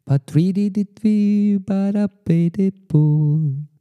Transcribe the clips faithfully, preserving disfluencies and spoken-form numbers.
Patridididvi parapedepo.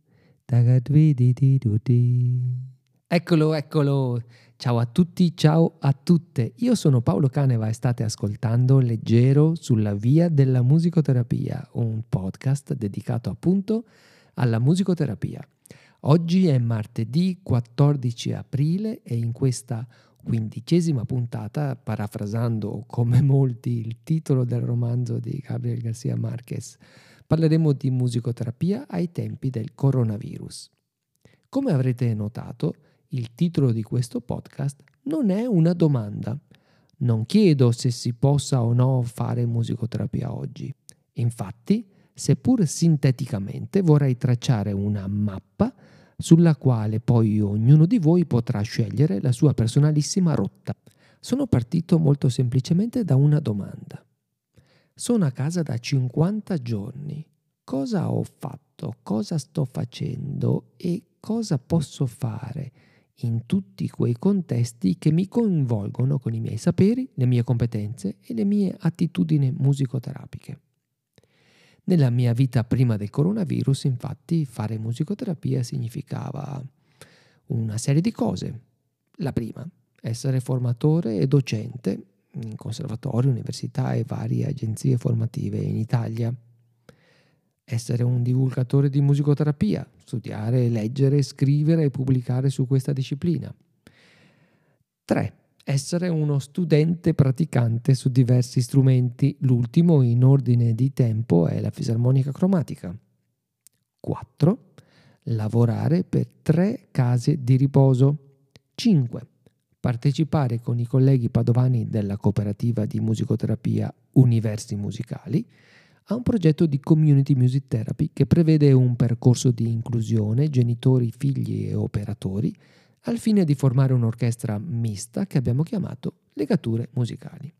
Tagadvidididudi. Eccolo, eccolo. Ciao a tutti, ciao a tutte. Io sono Paolo Caneva e state ascoltando Leggero sulla via della musicoterapia, un podcast dedicato appunto alla musicoterapia. Oggi è martedì quattordici aprile e in questa quindicesima puntata, parafrasando come molti il titolo del romanzo di Gabriel García Márquez, parleremo di musicoterapia ai tempi del coronavirus. Come avrete notato, il titolo di questo podcast non è una domanda. Non chiedo se si possa o no fare musicoterapia oggi. Infatti, seppur sinteticamente, vorrei tracciare una mappa sulla quale poi ognuno di voi potrà scegliere la sua personalissima rotta. Sono partito molto semplicemente da una domanda. Sono a casa da cinquanta giorni. Cosa ho fatto? Cosa sto facendo? E cosa posso fare in tutti quei contesti che mi coinvolgono con i miei saperi, le mie competenze e le mie attitudini musicoterapiche? Nella mia vita prima del coronavirus, infatti, fare musicoterapia significava una serie di cose. La prima, essere formatore e docente in conservatorio, università e varie agenzie formative in Italia. Essere un divulgatore di musicoterapia, studiare, leggere, scrivere e pubblicare su questa disciplina. tre. Essere uno studente praticante su diversi strumenti, l'ultimo in ordine di tempo è la fisarmonica cromatica. quattro. Lavorare per tre case di riposo. cinque. Partecipare con i colleghi padovani della cooperativa di musicoterapia Universi Musicali a un progetto di community music therapy che prevede un percorso di inclusione genitori, figli e operatori al fine di formare un'orchestra mista che abbiamo chiamato Legature Musicali.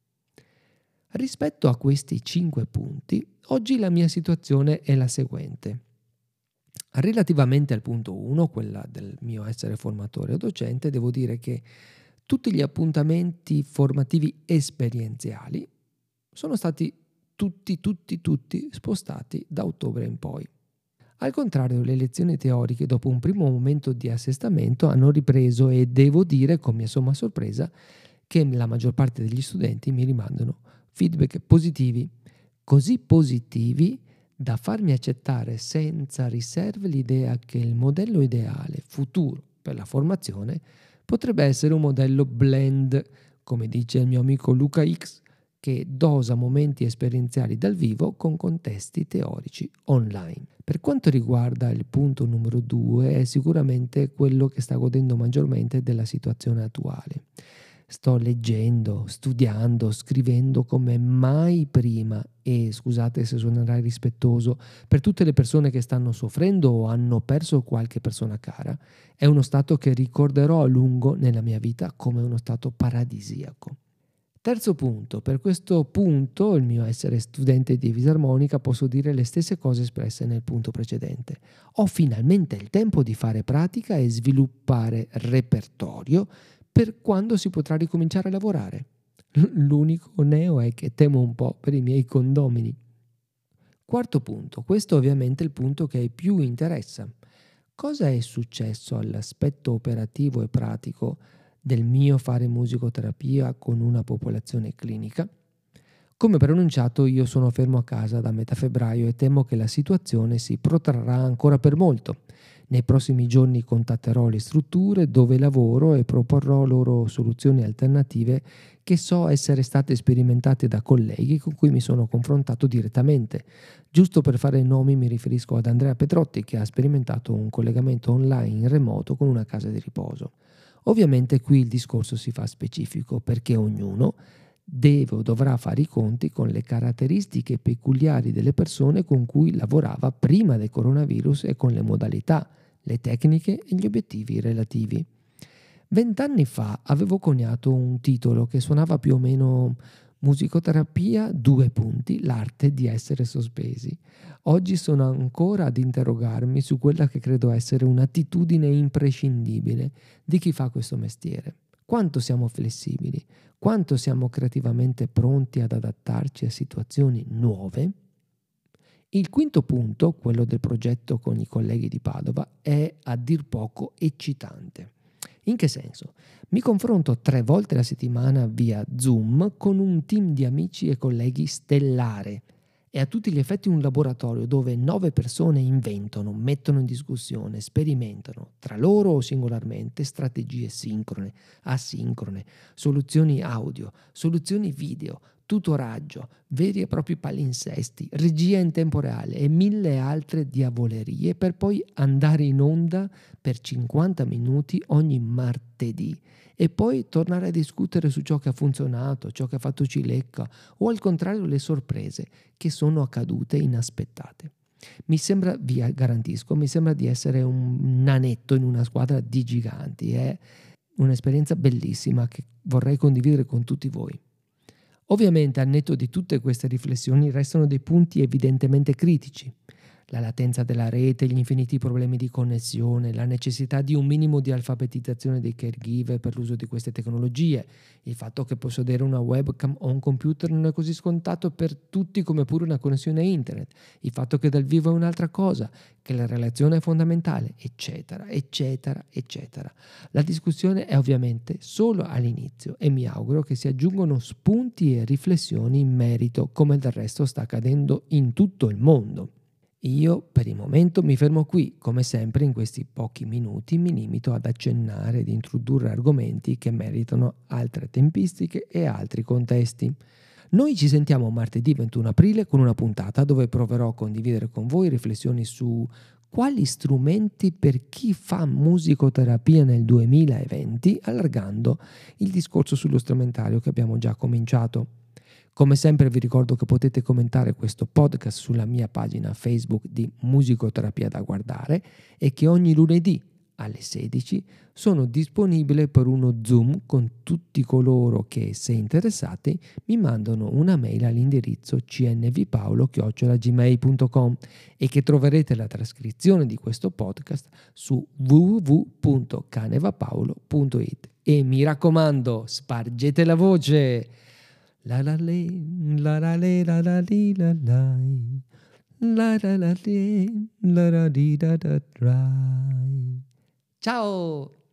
Rispetto a questi cinque punti, oggi la mia situazione è la seguente. Relativamente al punto uno, quella del mio essere formatore o docente, devo dire che tutti gli appuntamenti formativi esperienziali sono stati tutti, tutti, tutti spostati da ottobre in poi. Al contrario, le lezioni teoriche, dopo un primo momento di assestamento, hanno ripreso e devo dire, con mia somma sorpresa, che la maggior parte degli studenti mi rimandano feedback positivi, così positivi da farmi accettare senza riserve l'idea che il modello ideale futuro per la formazione potrebbe essere un modello blend, come dice il mio amico Luca X, che dosa momenti esperienziali dal vivo con contesti teorici online. Per quanto riguarda il punto numero due, è sicuramente quello che sta godendo maggiormente della situazione attuale. Sto leggendo, studiando, scrivendo come mai prima e, scusate se suonerà irrispettoso, per tutte le persone che stanno soffrendo o hanno perso qualche persona cara, è uno stato che ricorderò a lungo nella mia vita come uno stato paradisiaco. Terzo punto, per questo punto, il mio essere studente di fisarmonica, posso dire le stesse cose espresse nel punto precedente. Ho finalmente il tempo di fare pratica e sviluppare repertorio per quando si potrà ricominciare a lavorare. L'unico neo è che temo un po' per i miei condomini. Quarto punto, questo ovviamente è il punto che più interessa. Cosa è successo all'aspetto operativo e pratico del mio fare musicoterapia con una popolazione clinica? Come preannunciato, io sono fermo a casa da metà febbraio e temo che la situazione si protrarrà ancora per molto. Nei prossimi giorni contatterò le strutture dove lavoro e proporrò loro soluzioni alternative che so essere state sperimentate da colleghi con cui mi sono confrontato direttamente. Giusto per fare nomi mi riferisco ad Andrea Petrotti, che ha sperimentato un collegamento online in remoto con una casa di riposo. Ovviamente qui il discorso si fa specifico perché ognuno deve o dovrà fare i conti con le caratteristiche peculiari delle persone con cui lavorava prima del coronavirus e con le modalità, le tecniche e gli obiettivi relativi. Vent'anni fa avevo coniato un titolo che suonava più o meno musicoterapia, due punti, l'arte di essere sospesi. Oggi sono ancora ad interrogarmi su quella che credo essere un'attitudine imprescindibile di chi fa questo mestiere. Quanto siamo flessibili, quanto siamo creativamente pronti ad adattarci a situazioni nuove? Il quinto punto, quello del progetto con i colleghi di Padova, è a dir poco eccitante. In che senso? Mi confronto tre volte alla settimana via Zoom con un team di amici e colleghi stellare. È a tutti gli effetti un laboratorio dove nove persone inventano, mettono in discussione, sperimentano, tra loro o singolarmente, strategie sincrone, asincrone, soluzioni audio, soluzioni video, tutoraggio, veri e propri palinsesti, regia in tempo reale e mille altre diavolerie per poi andare in onda per cinquanta minuti ogni martedì e poi tornare a discutere su ciò che ha funzionato, ciò che ha fatto cilecca o al contrario le sorprese che sono accadute inaspettate. Mi sembra, vi garantisco, mi sembra di essere un nanetto in una squadra di giganti. È un'esperienza bellissima che vorrei condividere con tutti voi. Ovviamente, al netto di tutte queste riflessioni, restano dei punti evidentemente critici. La latenza della rete, gli infiniti problemi di connessione, la necessità di un minimo di alfabetizzazione dei caregiver per l'uso di queste tecnologie, il fatto che possedere una webcam o un computer non è così scontato per tutti come pure una connessione a internet, il fatto che dal vivo è un'altra cosa, che la relazione è fondamentale, eccetera, eccetera, eccetera. La discussione è ovviamente solo all'inizio e mi auguro che si aggiungano spunti e riflessioni in merito, come del resto sta accadendo in tutto il mondo. Io per il momento mi fermo qui, come sempre in questi pochi minuti mi limito ad accennare ed introdurre argomenti che meritano altre tempistiche e altri contesti. Noi ci sentiamo martedì ventuno aprile con una puntata dove proverò a condividere con voi riflessioni su quali strumenti per chi fa musicoterapia nel duemilaventi, allargando il discorso sullo strumentario che abbiamo già cominciato. Come sempre vi ricordo che potete commentare questo podcast sulla mia pagina Facebook di Musicoterapia da Guardare e che ogni lunedì alle sedici sono disponibile per uno Zoom con tutti coloro che, se interessati, mi mandano una mail all'indirizzo c n v paolo chiocciola gmail punto com e che troverete la trascrizione di questo podcast su w w w punto canevapaolo punto i t. E mi raccomando, spargete la voce! La la le, la la le, la la li, la la, la la la le, la la di da da dra. Ciao!